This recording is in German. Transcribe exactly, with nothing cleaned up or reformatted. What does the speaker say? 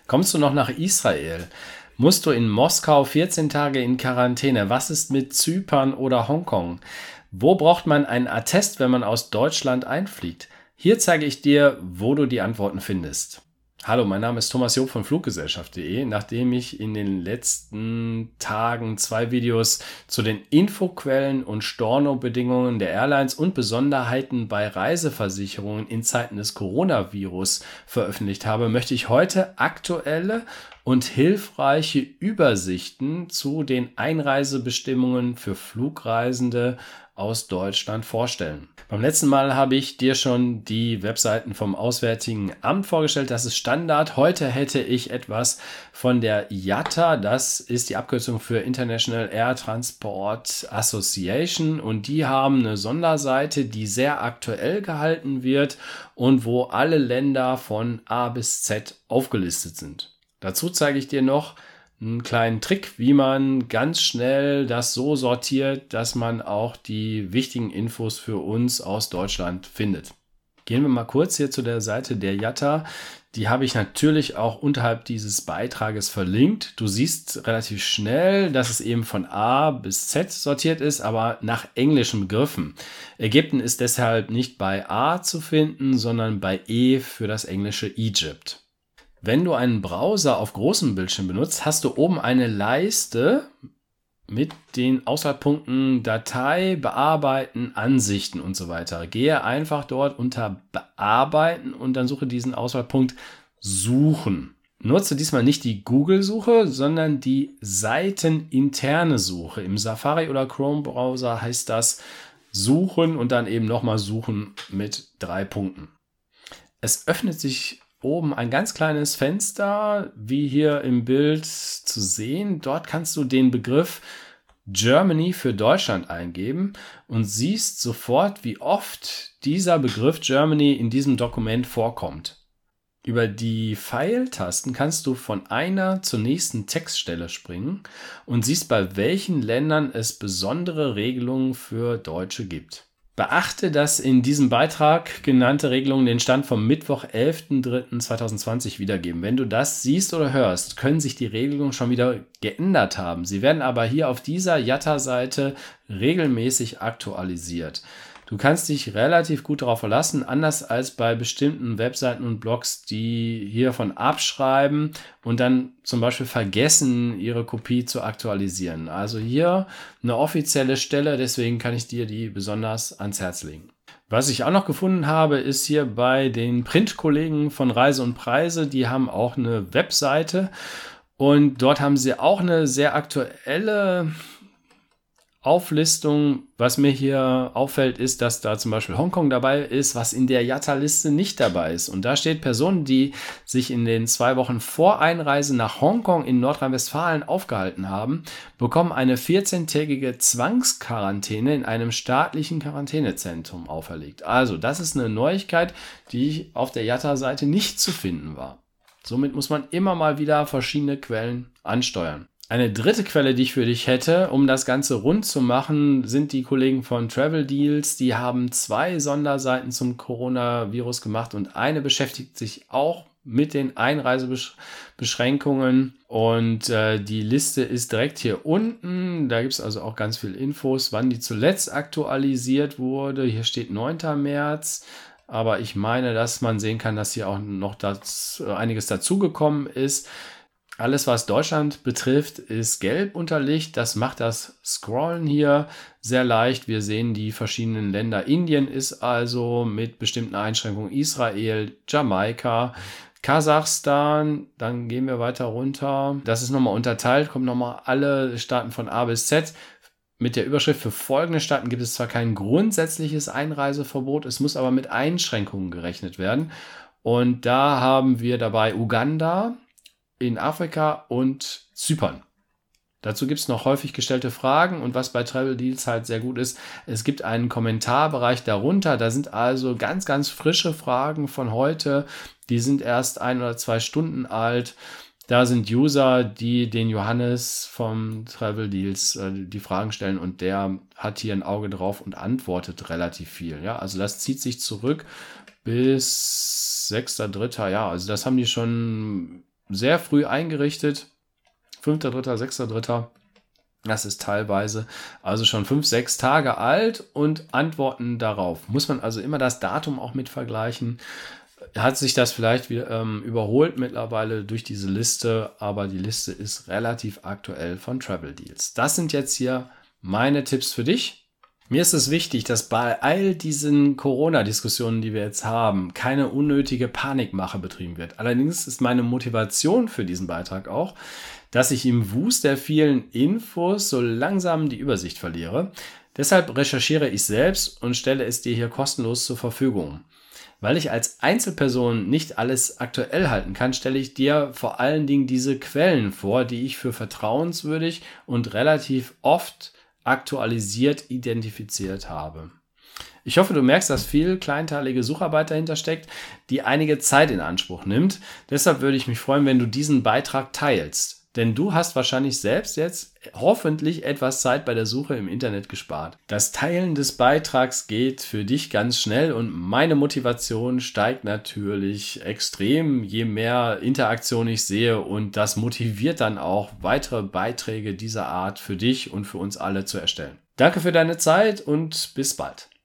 Kommst du noch nach Israel? Musst du in Moskau vierzehn Tage in Quarantäne? Was ist mit Zypern oder Hongkong? Wo braucht man einen Attest, wenn man aus Deutschland einfliegt? Hier zeige ich dir, wo du die Antworten findest. Hallo, mein Name ist Thomas Job von Fluggesellschaft punkt de. Nachdem ich in den letzten Tagen zwei Videos zu den Infoquellen und Stornobedingungen der Airlines und Besonderheiten bei Reiseversicherungen in Zeiten des Coronavirus veröffentlicht habe, möchte ich heute aktuelle und hilfreiche Übersichten zu den Einreisebestimmungen für Flugreisende aus Deutschland vorstellen. Beim letzten Mal habe ich dir schon die Webseiten vom Auswärtigen Amt vorgestellt. Das ist Standard. Heute hätte ich etwas von der I A T A. Das ist die Abkürzung für International Air Transport Association. Und die haben eine Sonderseite, die sehr aktuell gehalten wird und wo alle Länder von A bis Z aufgelistet sind. Dazu zeige ich dir noch einen kleinen Trick, wie man ganz schnell das so sortiert, dass man auch die wichtigen Infos für uns aus Deutschland findet. Gehen wir mal kurz hier zu der Seite der I A T A. Die habe ich natürlich auch unterhalb dieses Beitrages verlinkt. Du siehst relativ schnell, dass es eben von A bis Z sortiert ist, aber nach englischen Begriffen. Ägypten ist deshalb nicht bei A zu finden, sondern bei E für das englische Egypt. Wenn du einen Browser auf großem Bildschirm benutzt, hast du oben eine Leiste mit den Auswahlpunkten Datei, Bearbeiten, Ansichten und so weiter. Gehe einfach dort unter Bearbeiten und dann suche diesen Auswahlpunkt Suchen. Nutze diesmal nicht die Google-Suche, sondern die seiteninterne Suche. Im Safari oder Chrome-Browser heißt das Suchen und dann eben nochmal Suchen mit drei Punkten. Es öffnet sich oben ein ganz kleines Fenster, wie hier im Bild zu sehen. Dort kannst du den Begriff Germany für Deutschland eingeben und siehst sofort, wie oft dieser Begriff Germany in diesem Dokument vorkommt. Über die Pfeiltasten kannst du von einer zur nächsten Textstelle springen und siehst, bei welchen Ländern es besondere Regelungen für Deutsche gibt. Beachte, dass in diesem Beitrag genannte Regelungen den Stand vom Mittwoch, elften dritten zweitausendzwanzig wiedergeben. Wenn du das siehst oder hörst, können sich die Regelungen schon wieder geändert haben. Sie werden aber hier auf dieser I A T A-Seite regelmäßig aktualisiert. Du kannst dich relativ gut darauf verlassen, anders als bei bestimmten Webseiten und Blogs, die hiervon abschreiben und dann zum Beispiel vergessen, ihre Kopie zu aktualisieren. Also hier eine offizielle Stelle, deswegen kann ich dir die besonders ans Herz legen. Was ich auch noch gefunden habe, ist hier bei den Printkollegen von Reise und Preise, die haben auch eine Webseite und dort haben sie auch eine sehr aktuelle Auflistung. Was mir hier auffällt, ist, dass da zum Beispiel Hongkong dabei ist, was in der I A T A-Liste nicht dabei ist. Und da steht, Personen, die sich in den zwei Wochen vor Einreise nach Hongkong in Nordrhein-Westfalen aufgehalten haben, bekommen eine vierzehntägige Zwangsquarantäne in einem staatlichen Quarantänezentrum auferlegt. Also das ist eine Neuigkeit, die auf der I A T A-Seite nicht zu finden war. Somit muss man immer mal wieder verschiedene Quellen ansteuern. Eine dritte Quelle, die ich für dich hätte, um das Ganze rund zu machen, sind die Kollegen von Travel Deals. Die haben zwei Sonderseiten zum Coronavirus gemacht und eine beschäftigt sich auch mit den Einreisebeschränkungen. Und äh, die Liste ist direkt hier unten. Da gibt es also auch ganz viel Infos, wann die zuletzt aktualisiert wurde. Hier steht neunter März. Aber ich meine, dass man sehen kann, dass hier auch noch das, äh, einiges dazugekommen ist. Alles, was Deutschland betrifft, ist gelb unterlegt. Das macht das Scrollen hier sehr leicht. Wir sehen die verschiedenen Länder. Indien ist also mit bestimmten Einschränkungen, Israel, Jamaika, Kasachstan. Dann gehen wir weiter runter. Das ist nochmal unterteilt, kommen nochmal alle Staaten von A bis Z. Mit der Überschrift: Für folgende Staaten gibt es zwar kein grundsätzliches Einreiseverbot, es muss aber mit Einschränkungen gerechnet werden. Und da haben wir dabei Uganda in Afrika und Zypern. Dazu gibt es noch häufig gestellte Fragen und was bei Travel Deals halt sehr gut ist, es gibt einen Kommentarbereich darunter, da sind also ganz, ganz frische Fragen von heute, die sind erst ein oder zwei Stunden alt. Da sind User, die den Johannes vom Travel Deals äh, die Fragen stellen und der hat hier ein Auge drauf und antwortet relativ viel. Ja, also das zieht sich zurück bis sechster dritter Ja, also das haben die schon sehr früh eingerichtet. fünfter dritter, sechster dritter Das ist teilweise also schon fünf, sechs Tage alt und Antworten darauf. Muss man also immer das Datum auch mit vergleichen. Hat sich das vielleicht wieder, ähm, überholt mittlerweile durch diese Liste, aber die Liste ist relativ aktuell von Travel Deals. Das sind jetzt hier meine Tipps für dich. Mir ist es wichtig, dass bei all diesen Corona-Diskussionen, die wir jetzt haben, keine unnötige Panikmache betrieben wird. Allerdings ist meine Motivation für diesen Beitrag auch, dass ich im Wust der vielen Infos so langsam die Übersicht verliere. Deshalb recherchiere ich selbst und stelle es dir hier kostenlos zur Verfügung. Weil ich als Einzelperson nicht alles aktuell halten kann, stelle ich dir vor allen Dingen diese Quellen vor, die ich für vertrauenswürdig und relativ oft aktualisiert identifiziert habe. Ich hoffe, du merkst, dass viel kleinteilige Sucharbeit dahinter steckt, die einige Zeit in Anspruch nimmt. Deshalb würde ich mich freuen, wenn du diesen Beitrag teilst. Denn du hast wahrscheinlich selbst jetzt hoffentlich etwas Zeit bei der Suche im Internet gespart. Das Teilen des Beitrags geht für dich ganz schnell und meine Motivation steigt natürlich extrem, je mehr Interaktion ich sehe, und das motiviert dann auch, weitere Beiträge dieser Art für dich und für uns alle zu erstellen. Danke für deine Zeit und bis bald.